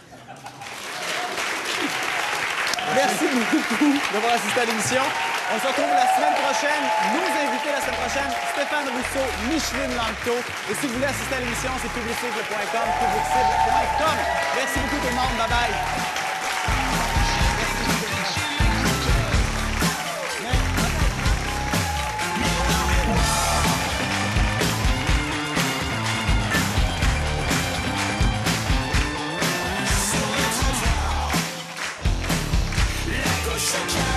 Merci beaucoup d'avoir assisté à l'émission. On se retrouve la semaine prochaine. Nos invités la semaine prochaine, Stéphane Rousseau, Micheline Langto. Et si vous voulez assister à l'émission, c'est publicible point com, publicible point com. Merci beaucoup tout le monde. Bye-bye. Chacun